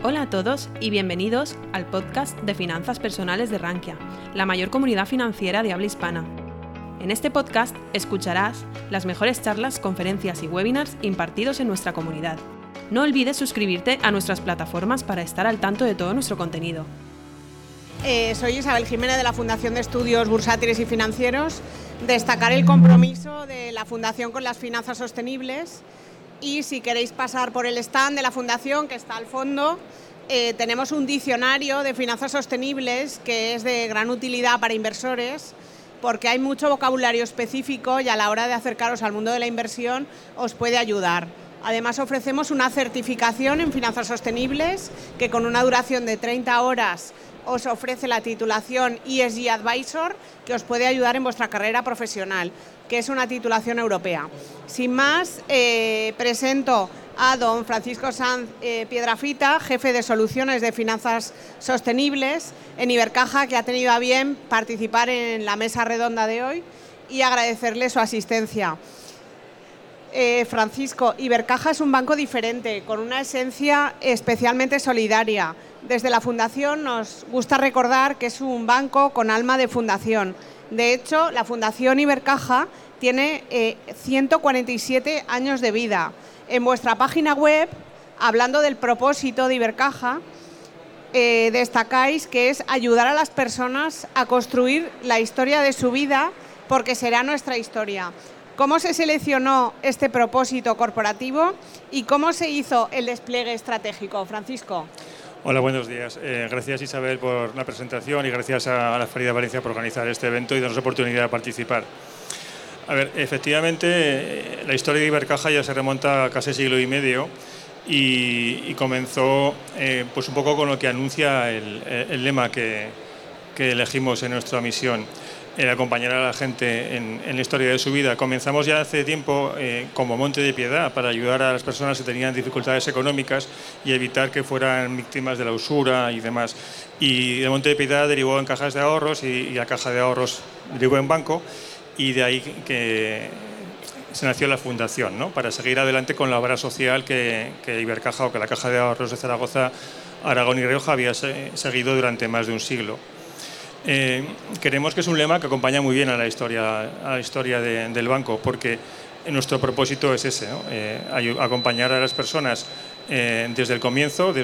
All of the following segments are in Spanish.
Hola a todos y bienvenidos al podcast de Finanzas Personales de Rankia, la mayor comunidad financiera de habla hispana. En este podcast escucharás las mejores charlas, conferencias y webinars impartidos en nuestra comunidad. No olvides suscribirte a nuestras plataformas para estar al tanto de todo nuestro contenido. Soy Isabel Jiménez de la Fundación de Estudios Bursátiles y Financieros. Destacar el compromiso de la Fundación con las finanzas sostenibles. Y si queréis pasar por el stand de la Fundación, que está al fondo, tenemos un diccionario de finanzas sostenibles que es de gran utilidad para inversores, porque hay mucho vocabulario específico y a la hora de acercaros al mundo de la inversión os puede ayudar. Además ofrecemos una certificación en finanzas sostenibles que con una duración de 30 horas os ofrece la titulación ESG Advisor, que os puede ayudar en vuestra carrera profesional, que es una titulación europea. Sin más, presento a don Francisco Sanz Piedrafita, jefe de soluciones de finanzas sostenibles en Ibercaja, que ha tenido a bien participar en la mesa redonda de hoy, y agradecerle su asistencia. Francisco, Ibercaja es un banco diferente, con una esencia especialmente solidaria. Desde la Fundación nos gusta recordar que es un banco con alma de fundación. De hecho, la Fundación Ibercaja tiene 147 años de vida. En vuestra página web, hablando del propósito de Ibercaja, destacáis que es ayudar a las personas a construir la historia de su vida, porque será nuestra historia. ¿Cómo se seleccionó este propósito corporativo y cómo se hizo el despliegue estratégico? Francisco. Hola, buenos días. Gracias, Isabel, por la presentación y gracias a la Feria de Valencia por organizar este evento y darnos la oportunidad de participar. A ver, efectivamente, la historia de Ibercaja ya se remonta a casi siglo y medio y comenzó pues un poco con lo que anuncia el lema que elegimos en nuestra misión. El acompañar a la gente en la historia de su vida. Comenzamos ya hace tiempo como Monte de Piedad para ayudar a las personas que tenían dificultades económicas y evitar que fueran víctimas de la usura y demás. Y de Monte de Piedad derivó en cajas de ahorros y la caja de ahorros derivó en banco, y de ahí que se nació la Fundación, ¿no? Para seguir adelante con la obra social que Ibercaja, o que la Caja de Ahorros de Zaragoza, Aragón y Rioja había seguido durante más de un siglo. Creemos que es un lema que acompaña muy bien a la historia del banco, porque nuestro propósito es ese, ¿no? Acompañar a las personas desde el comienzo,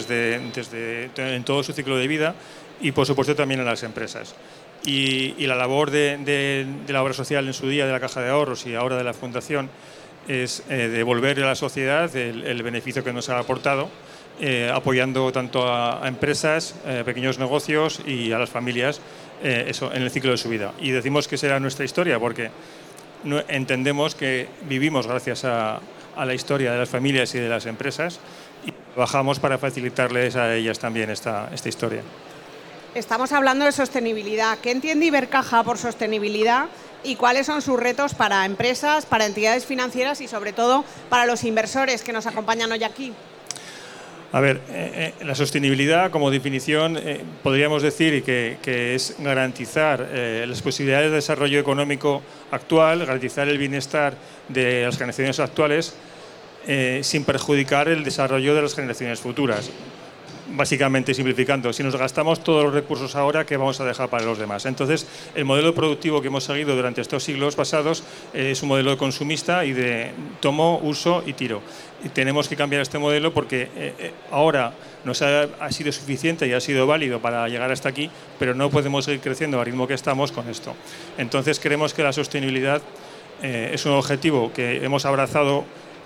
en todo su ciclo de vida, y por supuesto también a las empresas. Y la labor de la obra social en su día de la Caja de Ahorros y ahora de la Fundación es devolver a la sociedad el beneficio que nos ha aportado, apoyando tanto a empresas, pequeños negocios y a las familias eso en el ciclo de su vida. Y decimos que será nuestra historia porque entendemos que vivimos gracias a la historia de las familias y de las empresas, y trabajamos para facilitarles a ellas también esta historia. Estamos hablando de sostenibilidad. ¿Qué entiende Ibercaja por sostenibilidad y cuáles son sus retos para empresas, para entidades financieras y sobre todo para los inversores que nos acompañan hoy aquí? A ver, la sostenibilidad como definición podríamos decir que es garantizar las posibilidades de desarrollo económico actual, garantizar el bienestar de las generaciones actuales sin perjudicar el desarrollo de las generaciones futuras. Básicamente, simplificando, si nos gastamos todos los recursos ahora, ¿qué vamos a dejar para los demás? Entonces, el modelo productivo que hemos seguido durante estos siglos pasados es un modelo consumista y de tomo, uso y tiro. Y tenemos que cambiar este modelo porque ahora nos ha sido suficiente y ha sido válido para llegar hasta aquí, pero no podemos seguir creciendo al ritmo que estamos con esto. Entonces, creemos que la sostenibilidad es un objetivo que hemos abrazado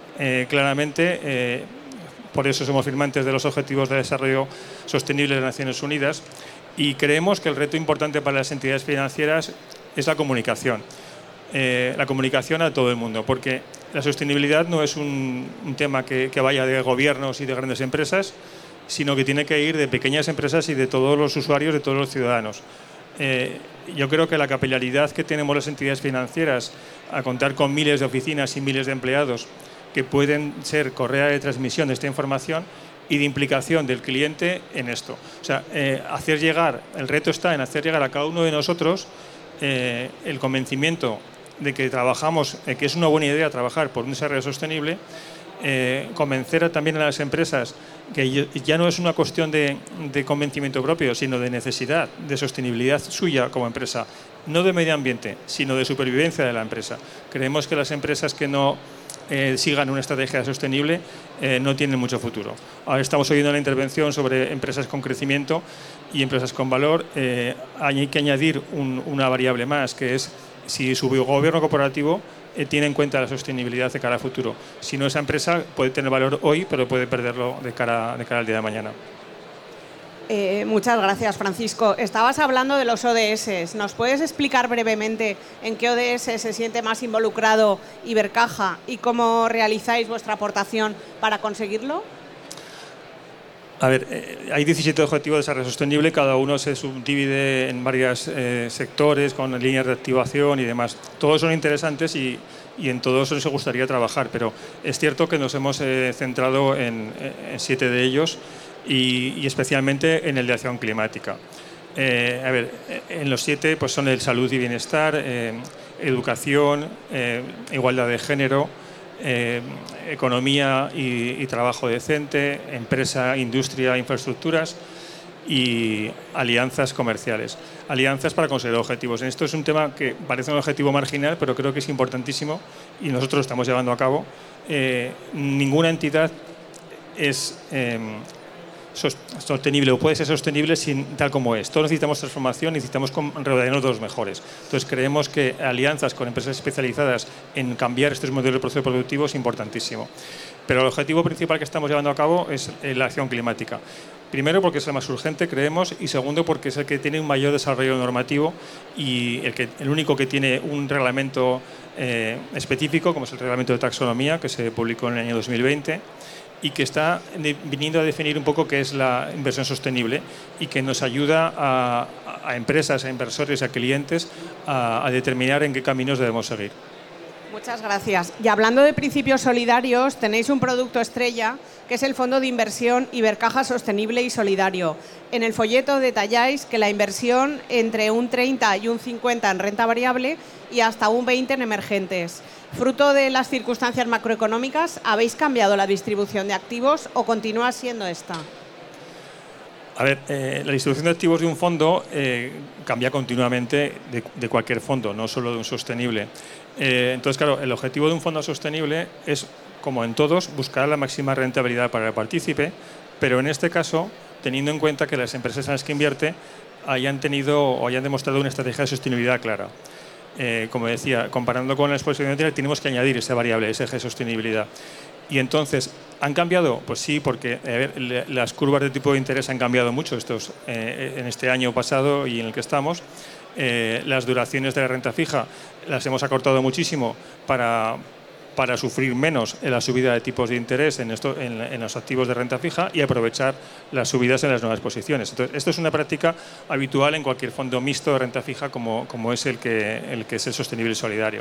claramente. Por eso somos firmantes de los Objetivos de Desarrollo Sostenible de las Naciones Unidas, y creemos que el reto importante para las entidades financieras es la comunicación. La comunicación a todo el mundo, porque la sostenibilidad no es un tema que vaya de gobiernos y de grandes empresas, sino que tiene que ir de pequeñas empresas y de todos los usuarios, de todos los ciudadanos. Yo creo que la capilaridad que tenemos las entidades financieras, a contar con miles de oficinas y miles de empleados, que pueden ser correa de transmisión de esta información y de implicación del cliente en esto. O sea, el reto está en hacer llegar a cada uno de nosotros el convencimiento de que trabajamos, que es una buena idea trabajar por un desarrollo sostenible, convencer también a las empresas que ya no es una cuestión de convencimiento propio, sino de necesidad, de sostenibilidad suya como empresa, no de medio ambiente, sino de supervivencia de la empresa. Creemos que las empresas que no sigan una estrategia sostenible no tienen mucho futuro. Ahora estamos oyendo la intervención sobre empresas con crecimiento y empresas con valor. Hay que añadir una variable más, que es si su gobierno corporativo tiene en cuenta la sostenibilidad de cara al futuro. Si no, esa empresa puede tener valor hoy, pero puede perderlo de cara al día de mañana. Muchas gracias, Francisco. Estabas hablando de los ODS. ¿Nos puedes explicar brevemente en qué ODS se siente más involucrado Ibercaja y cómo realizáis vuestra aportación para conseguirlo? A ver, hay 17 objetivos de desarrollo sostenible, cada uno se subdivide en varios sectores con líneas de activación y demás. Todos son interesantes y en todos nos gustaría trabajar, pero es cierto que nos hemos centrado en 7 de ellos y especialmente en el de acción climática. A ver, en los 7 pues son el salud y bienestar, educación, igualdad de género, economía y trabajo decente, empresa, industria, infraestructuras y alianzas comerciales. Alianzas para conseguir objetivos. Esto es un tema que parece un objetivo marginal, pero creo que es importantísimo y nosotros lo estamos llevando a cabo. Ninguna entidad es sostenible o puede ser sostenible tal como es. Todos necesitamos transformación, necesitamos rodearnos de los mejores. Entonces creemos que alianzas con empresas especializadas en cambiar estos modelos de proceso productivo es importantísimo. Pero el objetivo principal que estamos llevando a cabo es la acción climática. Primero porque es el más urgente, creemos, y segundo porque es el que tiene un mayor desarrollo normativo y el único que tiene un reglamento específico, como es el reglamento de taxonomía, que se publicó en el año 2020, y que está viniendo a definir un poco qué es la inversión sostenible y que nos ayuda a empresas, a inversores, a clientes a determinar en qué caminos debemos seguir. Muchas gracias. Y hablando de principios solidarios, tenéis un producto estrella que es el Fondo de Inversión Ibercaja Sostenible y Solidario. En el folleto detalláis que la inversión entre un 30 y un 50 en renta variable y hasta un 20 en emergentes. Fruto de las circunstancias macroeconómicas, ¿habéis cambiado la distribución de activos o continúa siendo esta? A ver, la distribución de activos de un fondo cambia continuamente de cualquier fondo, no solo de un sostenible. Entonces, claro, el objetivo de un fondo sostenible es, como en todos, buscar la máxima rentabilidad para el partícipe, pero en este caso, teniendo en cuenta que las empresas en las que invierte hayan tenido o hayan demostrado una estrategia de sostenibilidad clara. Como decía, comparando con la exposición anterior, tenemos que añadir esa variable, ese eje de sostenibilidad. Y entonces, ¿han cambiado? Pues sí, porque a ver, las curvas de tipo de interés han cambiado mucho en este año pasado y en el que estamos. Las duraciones de la renta fija las hemos acortado muchísimo para sufrir menos en la subida de tipos de interés en los activos de renta fija y aprovechar las subidas en las nuevas posiciones. Entonces, esto es una práctica habitual en cualquier fondo mixto de renta fija como es el que es el sostenible y solidario.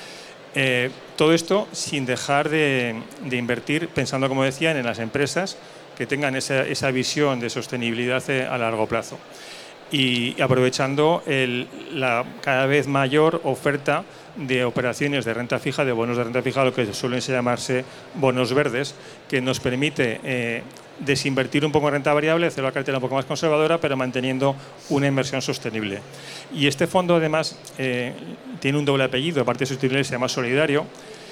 Todo esto sin dejar de invertir, pensando, como decía, en las empresas que tengan esa visión de sostenibilidad a largo plazo y aprovechando la cada vez mayor oferta de operaciones de renta fija, de bonos de renta fija, lo que suelen llamarse bonos verdes, que nos permite desinvertir un poco en renta variable, hacer la cartera un poco más conservadora, pero manteniendo una inversión sostenible. Y este fondo, además, tiene un doble apellido, aparte de sostenible, se llama Solidario.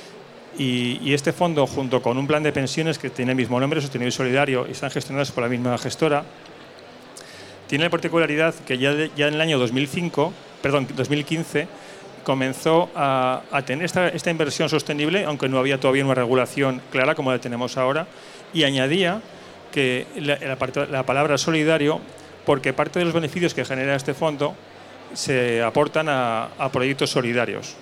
Y este fondo, junto con un plan de pensiones que tiene el mismo nombre, Sostenible y Solidario, y están gestionados por la misma gestora, tiene la particularidad que ya en el año 2015 comenzó a tener esta inversión sostenible, aunque no había todavía una regulación clara como la tenemos ahora, y añadía que la palabra solidario, porque parte de los beneficios que genera este fondo se aportan a proyectos solidarios.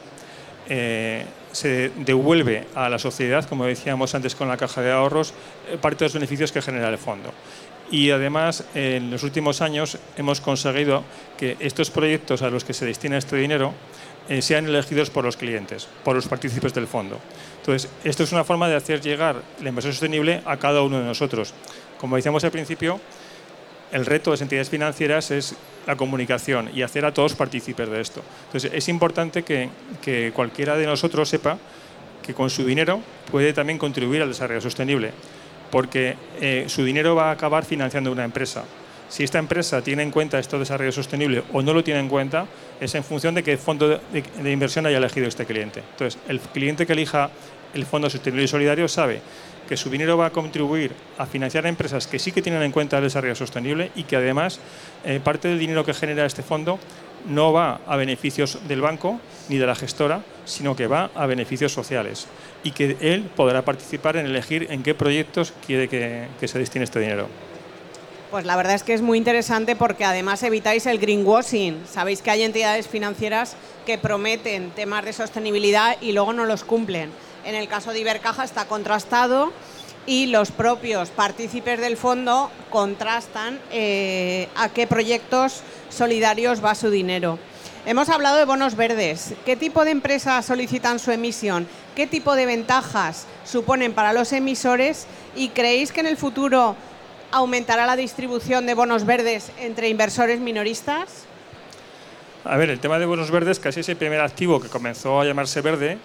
Se devuelve a la sociedad, como decíamos antes con la caja de ahorros, parte de los beneficios que genera el fondo. Y además, en los últimos años hemos conseguido que estos proyectos a los que se destina este dinero sean elegidos por los clientes, por los partícipes del fondo. Entonces, esto es una forma de hacer llegar la inversión sostenible a cada uno de nosotros. Como decíamos al principio, el reto de las entidades financieras es la comunicación y hacer a todos partícipes de esto. Entonces, es importante que cualquiera de nosotros sepa que con su dinero puede también contribuir al desarrollo sostenible, porque su dinero va a acabar financiando una empresa. Si esta empresa tiene en cuenta este desarrollo sostenible o no lo tiene en cuenta, es en función de qué fondo de inversión haya elegido este cliente. Entonces, el cliente que elija el Fondo Sostenible y Solidario sabe que su dinero va a contribuir a financiar a empresas que sí que tienen en cuenta el desarrollo sostenible y que además parte del dinero que genera este fondo no va a beneficios del banco ni de la gestora, sino que va a beneficios sociales y que él podrá participar en elegir en qué proyectos quiere que se destine este dinero. Pues la verdad es que es muy interesante porque además evitáis el greenwashing. Sabéis que hay entidades financieras que prometen temas de sostenibilidad y luego no los cumplen. En el caso de Ibercaja está contrastado y los propios partícipes del fondo contrastan a qué proyectos solidarios va su dinero. Hemos hablado de bonos verdes. ¿Qué tipo de empresas solicitan su emisión? ¿Qué tipo de ventajas suponen para los emisores? ¿Y creéis que en el futuro aumentará la distribución de bonos verdes entre inversores minoristas? A ver, el tema de bonos verdes casi es el primer activo que comenzó a llamarse verde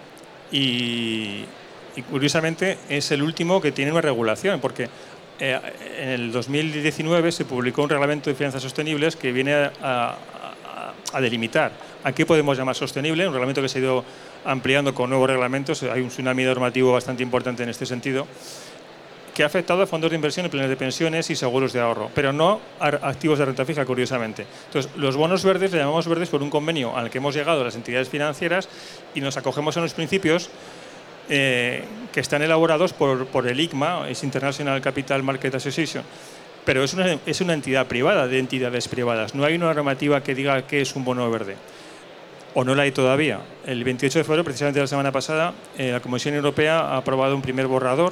y curiosamente es el último que tiene una regulación, porque en el 2019 se publicó un reglamento de finanzas sostenibles que viene a delimitar a qué podemos llamar sostenible, un reglamento que se ha ido ampliando con nuevos reglamentos. Hay un tsunami normativo bastante importante en este sentido, que ha afectado a fondos de inversión, planes de pensiones y seguros de ahorro, pero no a activos de renta fija, curiosamente. Entonces, los bonos verdes le llamamos verdes por un convenio al que hemos llegado las entidades financieras y nos acogemos a los principios que están elaborados por el ICMA, es International Capital Market Association, pero es una entidad privada de entidades privadas. No hay una normativa que diga qué es un bono verde, o no la hay todavía. El 28 de febrero, precisamente la semana pasada, la Comisión Europea ha aprobado un primer borrador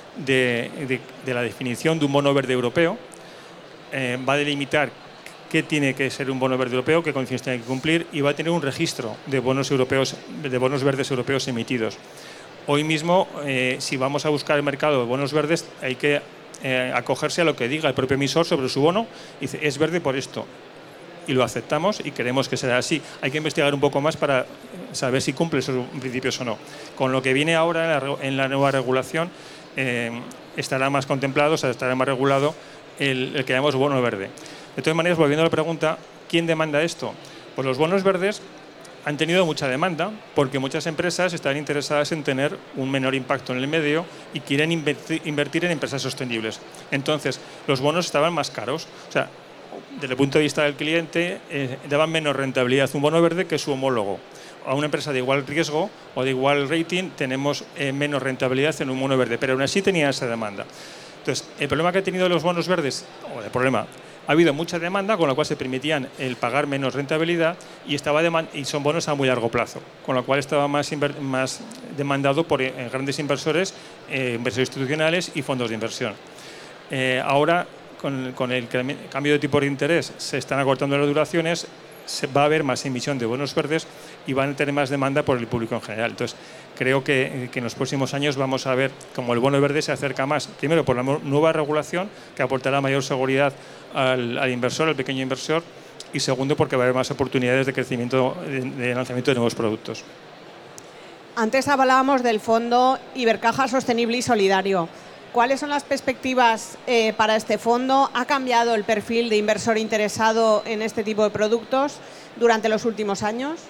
de la definición de un bono verde europeo. Va a delimitar qué tiene que ser un bono verde europeo, qué condiciones tiene que cumplir, y va a tener un registro de bonos verdes europeos emitidos. Hoy mismo, si vamos a buscar el mercado de bonos verdes, hay que acogerse a lo que diga el propio emisor sobre su bono. Dice, es verde por esto, y lo aceptamos y queremos que sea así. Hay que investigar un poco más para saber si cumple esos principios o no. Con lo que viene ahora en la nueva regulación, estará más contemplado, o sea, estará más regulado el que llamamos bono verde. De todas maneras, volviendo a la pregunta, ¿quién demanda esto? Pues los bonos verdes han tenido mucha demanda porque muchas empresas están interesadas en tener un menor impacto en el medio y quieren invertir en empresas sostenibles. Entonces, los bonos estaban más caros. O sea, desde el punto de vista del cliente, daban menos rentabilidad un bono verde que su homólogo. A una empresa de igual riesgo o de igual rating tenemos menos rentabilidad en un bono verde, pero aún así tenía esa demanda. Entonces, el problema que ha tenido los bonos verdes, ha habido mucha demanda, con la cual se permitían el pagar menos rentabilidad y son bonos a muy largo plazo, con lo cual estaba más demandado por grandes inversores, inversores institucionales y fondos de inversión. Ahora, con el cambio de tipo de interés, se están acortando las duraciones, va a haber más emisión de bonos verdes y van a tener más demanda por el público en general. Entonces, creo que en los próximos años vamos a ver cómo el bono verde se acerca más, primero por la nueva regulación que aportará mayor seguridad al inversor, al pequeño inversor, y segundo porque va a haber más oportunidades de crecimiento, de lanzamiento de nuevos productos. Antes hablábamos del fondo Ibercaja Sostenible y Solidario. ¿Cuáles son las perspectivas para este fondo? ¿Ha cambiado el perfil de inversor interesado en este tipo de productos durante los últimos años?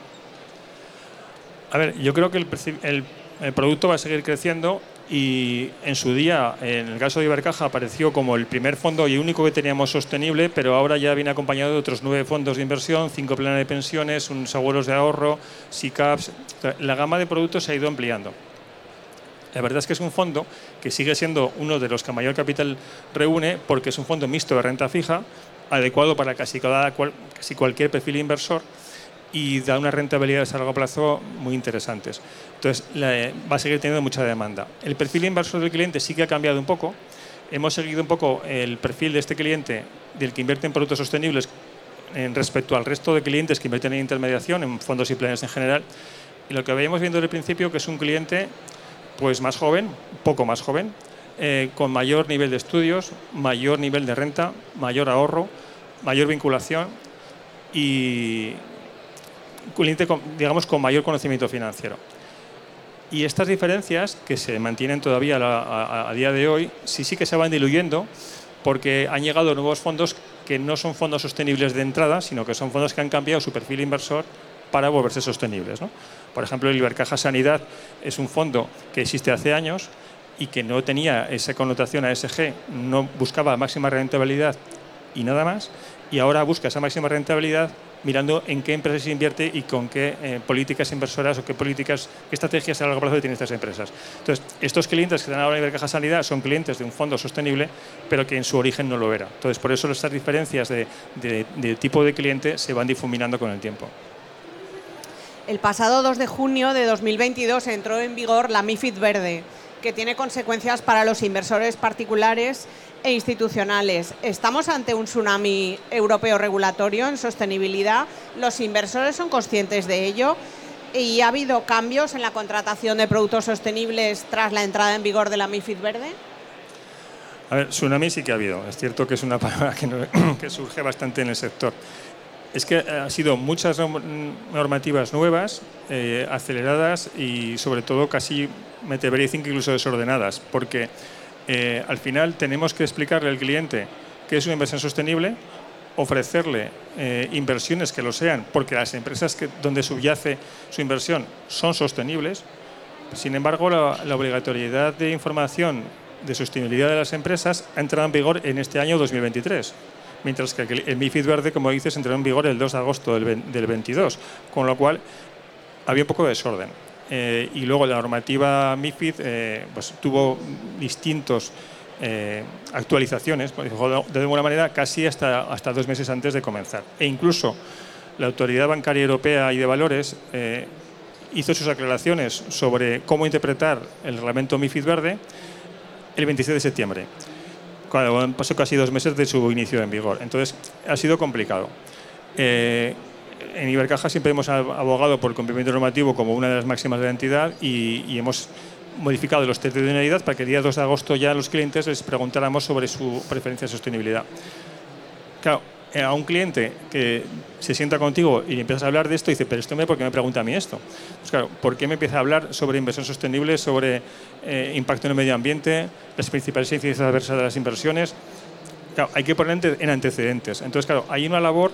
A ver, yo creo que el producto va a seguir creciendo y en su día, en el caso de Ibercaja, apareció como el primer fondo y único que teníamos sostenible, pero ahora ya viene acompañado de otros 9 fondos de inversión, 5 planes de pensiones, unos seguros de ahorro, SICAPs. La gama de productos se ha ido ampliando. La verdad es que es un fondo que sigue siendo uno de los que mayor capital reúne porque es un fondo mixto de renta fija, adecuado para casi cualquier perfil inversor y da unas rentabilidades a largo plazo muy interesantes. Entonces, va a seguir teniendo mucha demanda. El perfil inversor del cliente sí que ha cambiado un poco. Hemos seguido un poco el perfil de este cliente, del que invierte en productos sostenibles, respecto al resto de clientes que invierten en intermediación, en fondos y planes en general. Y lo que veíamos viendo desde el principio que es un cliente pues más joven, poco más joven, con mayor nivel de estudios, mayor nivel de renta, mayor ahorro, mayor vinculación y cliente con mayor conocimiento financiero. Y estas diferencias, que se mantienen todavía a día de hoy, sí que se van diluyendo, porque han llegado nuevos fondos que no son fondos sostenibles de entrada, sino que son fondos que han cambiado su perfil inversor para volverse sostenibles, ¿no? Por ejemplo, el Ibercaja Sanidad es un fondo que existe hace años y que no tenía esa connotación ESG, no buscaba máxima rentabilidad y nada más, y ahora busca esa máxima rentabilidad mirando en qué empresas se invierte y con qué políticas inversoras o qué estrategias a largo plazo tienen estas empresas. Entonces, estos clientes que están ahora en Ibercaja Sanidad son clientes de un fondo sostenible, pero que en su origen no lo era. Entonces, por eso estas diferencias de tipo de cliente se van difuminando con el tiempo. El pasado 2 de junio de 2022 entró en vigor la MiFID verde, que tiene consecuencias para los inversores particulares e institucionales. ¿Estamos ante un tsunami europeo regulatorio en sostenibilidad? ¿Los inversores son conscientes de ello? ¿Y ha habido cambios en la contratación de productos sostenibles tras la entrada en vigor de la MiFID verde? A ver, tsunami sí que ha habido. Es cierto que es una palabra que surge bastante en el sector. Es que ha sido muchas normativas nuevas, aceleradas y sobre todo casi, me atrevería a decir que incluso desordenadas, porque al final tenemos que explicarle al cliente qué es una inversión sostenible, ofrecerle inversiones que lo sean, porque las empresas donde subyace su inversión son sostenibles. Sin embargo, la obligatoriedad de información de sostenibilidad de las empresas ha entrado en vigor en este año 2023. Mientras que el MiFID verde, como dices, entró en vigor el 2 de agosto del 22, con lo cual había un poco de desorden. Y luego la normativa MiFID pues, tuvo distintas actualizaciones, de alguna manera casi hasta 2 meses antes de comenzar. E incluso la Autoridad Bancaria Europea y de Valores hizo sus aclaraciones sobre cómo interpretar el reglamento MiFID verde el 26 de septiembre. Cuando han pasado casi 2 meses de su inicio en vigor. Entonces, ha sido complicado. En Ibercaja siempre hemos abogado por el cumplimiento normativo como una de las máximas de la entidad y hemos modificado los test de idoneidad para que el día 2 de agosto ya a los clientes les preguntáramos sobre su preferencia de sostenibilidad. Claro, a un cliente que se sienta contigo y empiezas a hablar de esto, dice, pero ¿por qué me pregunta a mí esto? Pues claro, ¿por qué me empieza a hablar sobre inversión sostenible, sobre impacto en el medio ambiente, las principales incidencias adversas de las inversiones? Claro, hay que poner en antecedentes. Entonces, claro, hay una labor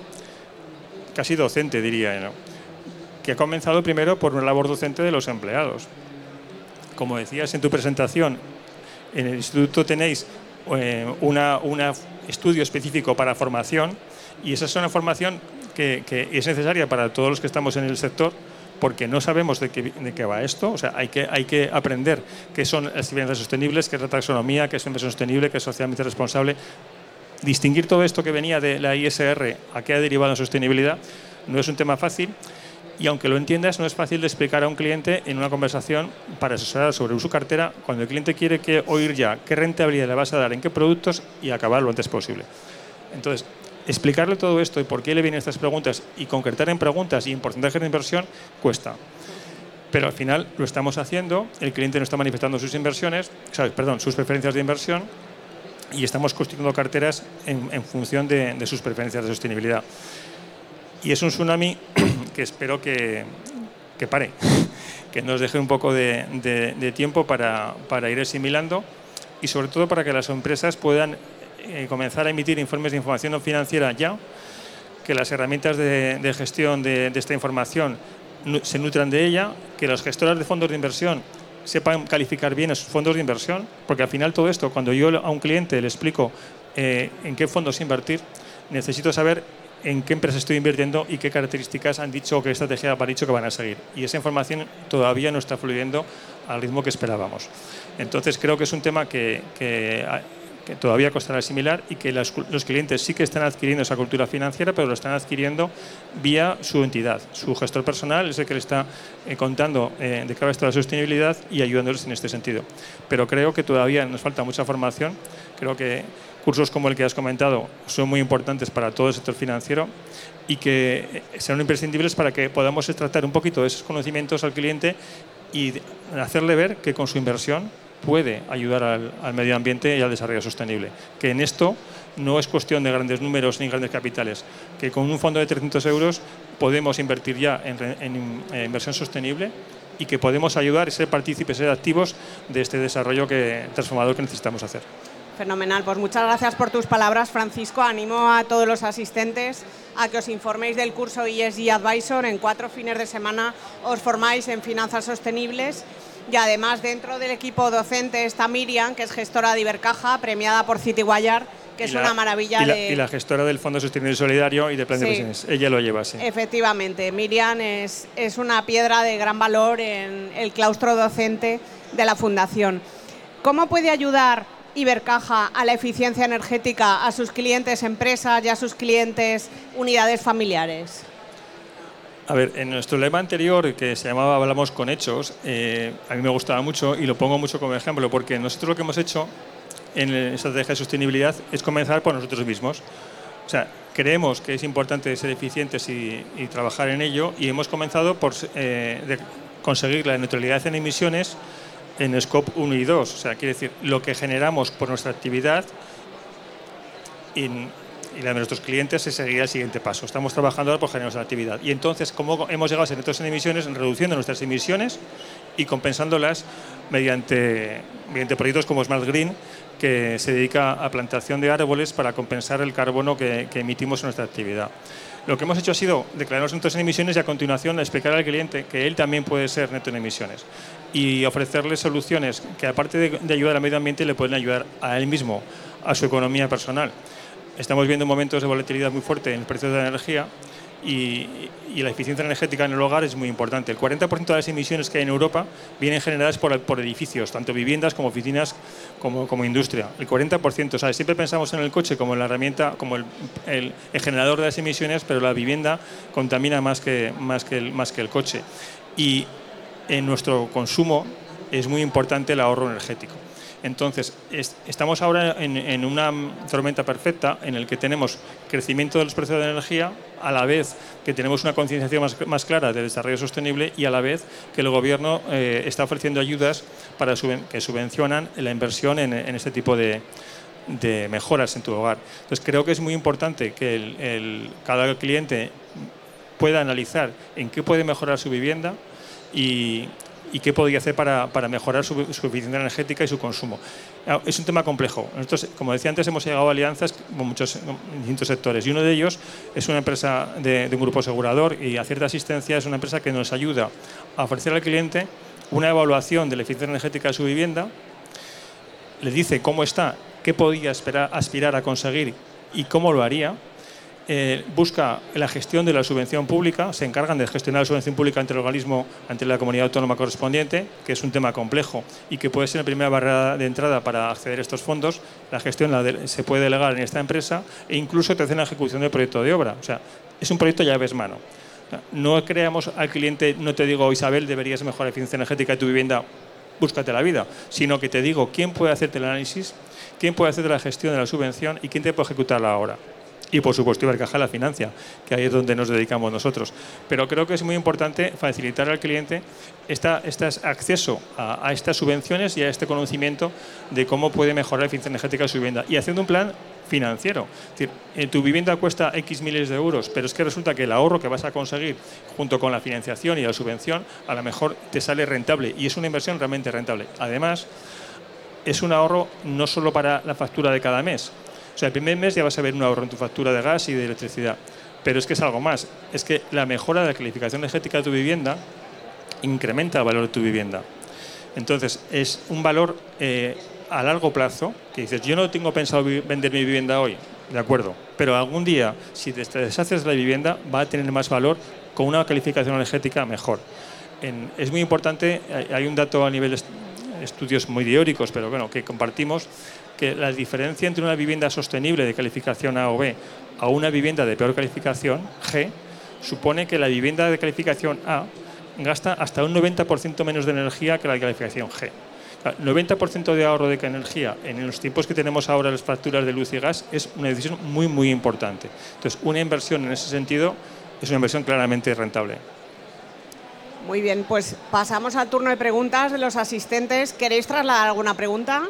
casi docente, diría, ¿no? Que ha comenzado primero por una labor docente de los empleados. Como decías en tu presentación, en el instituto tenéis un estudio específico para formación y esa es una formación que es necesaria para todos los que estamos en el sector porque no sabemos de qué va esto. O sea, hay que aprender qué son las finanzas sostenibles, qué es la taxonomía, qué es inversión sostenible, qué es socialmente responsable. Distinguir todo esto que venía de la ISR a qué ha derivado en sostenibilidad no es un tema fácil y aunque lo entiendas no es fácil de explicar a un cliente en una conversación para asesorar sobre su cartera cuando el cliente quiere oír ya qué rentabilidad le vas a dar en qué productos y acabar lo antes posible. Entonces, explicarle todo esto y por qué le vienen estas preguntas y concretar en preguntas y en porcentajes de inversión cuesta. Pero al final lo estamos haciendo, el cliente no está manifestando sus sus preferencias de inversión y estamos construyendo carteras en función de sus preferencias de sostenibilidad. Y es un tsunami que espero que pare, que nos deje un poco de tiempo para ir asimilando y sobre todo para que las empresas puedan comenzar a emitir informes de información financiera ya, que las herramientas de gestión de esta información se nutran de ella, que los gestores de fondos de inversión sepan calificar bien esos fondos de inversión, porque al final todo esto, cuando yo a un cliente le explico en qué fondos invertir, necesito saber en qué empresa estoy invirtiendo y qué características han dicho o qué estrategia han dicho que van a seguir. Y esa información todavía no está fluyendo al ritmo que esperábamos. Entonces creo que es un tema que todavía costará asimilar y que los clientes sí que están adquiriendo esa cultura financiera, pero lo están adquiriendo vía su entidad. Su gestor personal es el que le está contando de qué va esto la sostenibilidad y ayudándoles en este sentido. Pero creo que todavía nos falta mucha formación. Creo que cursos como el que has comentado son muy importantes para todo el sector financiero y que serán imprescindibles para que podamos extraer un poquito de esos conocimientos al cliente y hacerle ver que con su inversión puede ayudar al medio ambiente y al desarrollo sostenible. Que en esto no es cuestión de grandes números ni grandes capitales, que con un fondo de 300 euros podemos invertir ya en inversión sostenible y que podemos ayudar y ser partícipes, ser activos de este desarrollo transformador que necesitamos hacer. Fenomenal, pues muchas gracias por tus palabras, Francisco. Animo a todos los asistentes a que os informéis del curso ESG Advisor. En 4 fines de semana os formáis en finanzas sostenibles y además dentro del equipo docente está Miriam, que es gestora de Ibercaja, premiada por Citywire, que es una maravilla. Y la gestora del Fondo Sostenible y Solidario y de Plan de Pensiones. Ella lo lleva, sí. Efectivamente, Miriam es una piedra de gran valor en el claustro docente de la Fundación. ¿Cómo puede ayudar Ibercaja a la eficiencia energética a sus clientes empresas y a sus clientes unidades familiares? A ver, en nuestro lema anterior, que se llamaba Hablamos con Hechos, a mí me gustaba mucho y lo pongo mucho como ejemplo, porque nosotros lo que hemos hecho en la estrategia de sostenibilidad es comenzar por nosotros mismos. O sea, creemos que es importante ser eficientes y trabajar en ello, y hemos comenzado por conseguir la neutralidad en emisiones en Scope 1 y 2, o sea, quiere decir, lo que generamos por nuestra actividad y la de nuestros clientes se seguiría el siguiente paso. Estamos trabajando ahora por generar nuestra actividad. Y entonces, ¿cómo hemos llegado a ser neutros en emisiones? Reduciendo nuestras emisiones y compensándolas mediante proyectos como Smart Green, que se dedica a plantación de árboles para compensar el carbono que emitimos en nuestra actividad. Lo que hemos hecho ha sido declararnos netos en emisiones y a continuación explicar al cliente que él también puede ser neto en emisiones y ofrecerle soluciones que, aparte de ayudar al medio ambiente, le pueden ayudar a él mismo, a su economía personal. Estamos viendo momentos de volatilidad muy fuerte en el precio de la energía y la eficiencia energética en el hogar es muy importante. El 40% de las emisiones que hay en Europa vienen generadas por edificios, tanto viviendas como oficinas como industria. El 40%, ¿sabes? Siempre pensamos en el coche como la herramienta, como el generador de las emisiones, pero la vivienda contamina más que el coche. Y en nuestro consumo es muy importante el ahorro energético. Entonces, estamos ahora en una tormenta perfecta en el que tenemos crecimiento de los precios de la energía, a la vez que tenemos una concienciación más clara del desarrollo sostenible y a la vez que el Gobierno está ofreciendo ayudas que subvencionan la inversión en este tipo de mejoras en tu hogar. Entonces, creo que es muy importante que cada cliente pueda analizar en qué puede mejorar su vivienda y qué podría hacer para mejorar su eficiencia energética y su consumo. Es un tema complejo. Nosotros, como decía antes, hemos llegado a alianzas con muchos distintos sectores y uno de ellos es una empresa de un grupo asegurador y a cierta asistencia es una empresa que nos ayuda a ofrecer al cliente una evaluación de la eficiencia energética de su vivienda, le dice cómo está, qué podía aspirar a conseguir y cómo lo haría. Busca la gestión de la subvención pública, se encargan de gestionar la subvención pública ante el organismo, ante la comunidad autónoma correspondiente, que es un tema complejo y que puede ser la primera barrera de entrada para acceder a estos fondos. La gestión se puede delegar en esta empresa e incluso te hacen la ejecución del proyecto de obra. O sea, es un proyecto llaves mano. No creamos al cliente, no te digo, Isabel, deberías mejorar la eficiencia energética de tu vivienda, búscate la vida, sino que te digo quién puede hacerte el análisis, quién puede hacerte la gestión de la subvención y quién te puede ejecutarla ahora. Y, por supuesto, Ibercaja la financia, que ahí es donde nos dedicamos nosotros. Pero creo que es muy importante facilitar al cliente este acceso a estas subvenciones y a este conocimiento de cómo puede mejorar la eficiencia energética de su vivienda. Y haciendo un plan financiero. Es decir, tu vivienda cuesta X miles de euros, pero es que resulta que el ahorro que vas a conseguir junto con la financiación y la subvención, a lo mejor te sale rentable. Y es una inversión realmente rentable. Además, es un ahorro no solo para la factura de cada mes. O sea, el primer mes ya vas a ver un ahorro en tu factura de gas y de electricidad. Pero es que es algo más. Es que la mejora de la calificación energética de tu vivienda incrementa el valor de tu vivienda. Entonces, es un valor a largo plazo que dices, yo no tengo pensado vender mi vivienda hoy, de acuerdo, pero algún día, si te deshaces de la vivienda, va a tener más valor con una calificación energética mejor. Es muy importante, hay un dato a nivel de estudios muy teóricos, pero bueno, que compartimos, que la diferencia entre una vivienda sostenible de calificación A o B a una vivienda de peor calificación, G, supone que la vivienda de calificación A gasta hasta un 90% menos de energía que la de calificación G. El 90% de ahorro de energía en los tiempos que tenemos ahora las facturas de luz y gas es una decisión muy, muy importante. Entonces, una inversión en ese sentido es una inversión claramente rentable. Muy bien, pues pasamos al turno de preguntas de los asistentes. ¿Queréis trasladar alguna pregunta?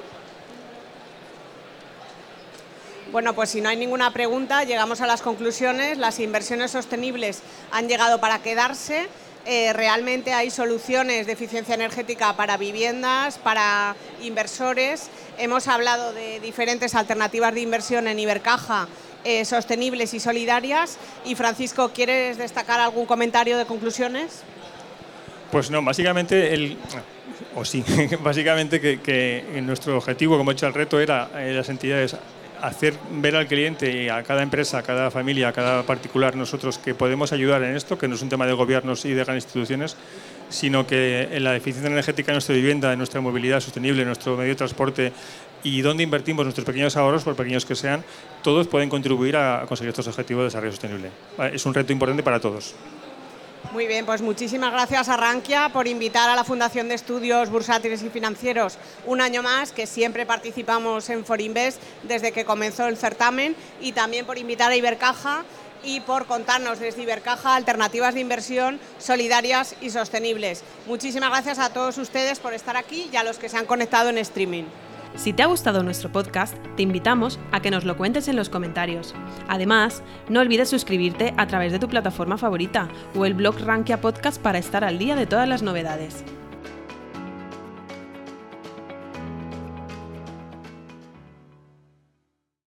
Bueno, pues si no hay ninguna pregunta, llegamos a las conclusiones. Las inversiones sostenibles han llegado para quedarse. realmente hay soluciones de eficiencia energética para viviendas, para inversores. Hemos hablado de diferentes alternativas de inversión en Ibercaja, sostenibles y solidarias. Y Francisco, ¿quieres destacar algún comentario de conclusiones? Pues no, básicamente básicamente que nuestro objetivo, como he dicho, el reto era las entidades hacer ver al cliente y a cada empresa, a cada familia, a cada particular, nosotros que podemos ayudar en esto, que no es un tema de gobiernos y de grandes instituciones, sino que en la eficiencia energética de nuestra vivienda, de nuestra movilidad sostenible, de nuestro medio de transporte y donde invertimos nuestros pequeños ahorros, por pequeños que sean, todos pueden contribuir a conseguir estos objetivos de desarrollo sostenible. Es un reto importante para todos. Muy bien, pues muchísimas gracias a Rankia por invitar a la Fundación de Estudios Bursátiles y Financieros un año más, que siempre participamos en Forinvest desde que comenzó el certamen, y también por invitar a Ibercaja y por contarnos desde Ibercaja alternativas de inversión solidarias y sostenibles. Muchísimas gracias a todos ustedes por estar aquí y a los que se han conectado en streaming. Si te ha gustado nuestro podcast, te invitamos a que nos lo cuentes en los comentarios. Además, no olvides suscribirte a través de tu plataforma favorita o el blog Rankia Podcast para estar al día de todas las novedades.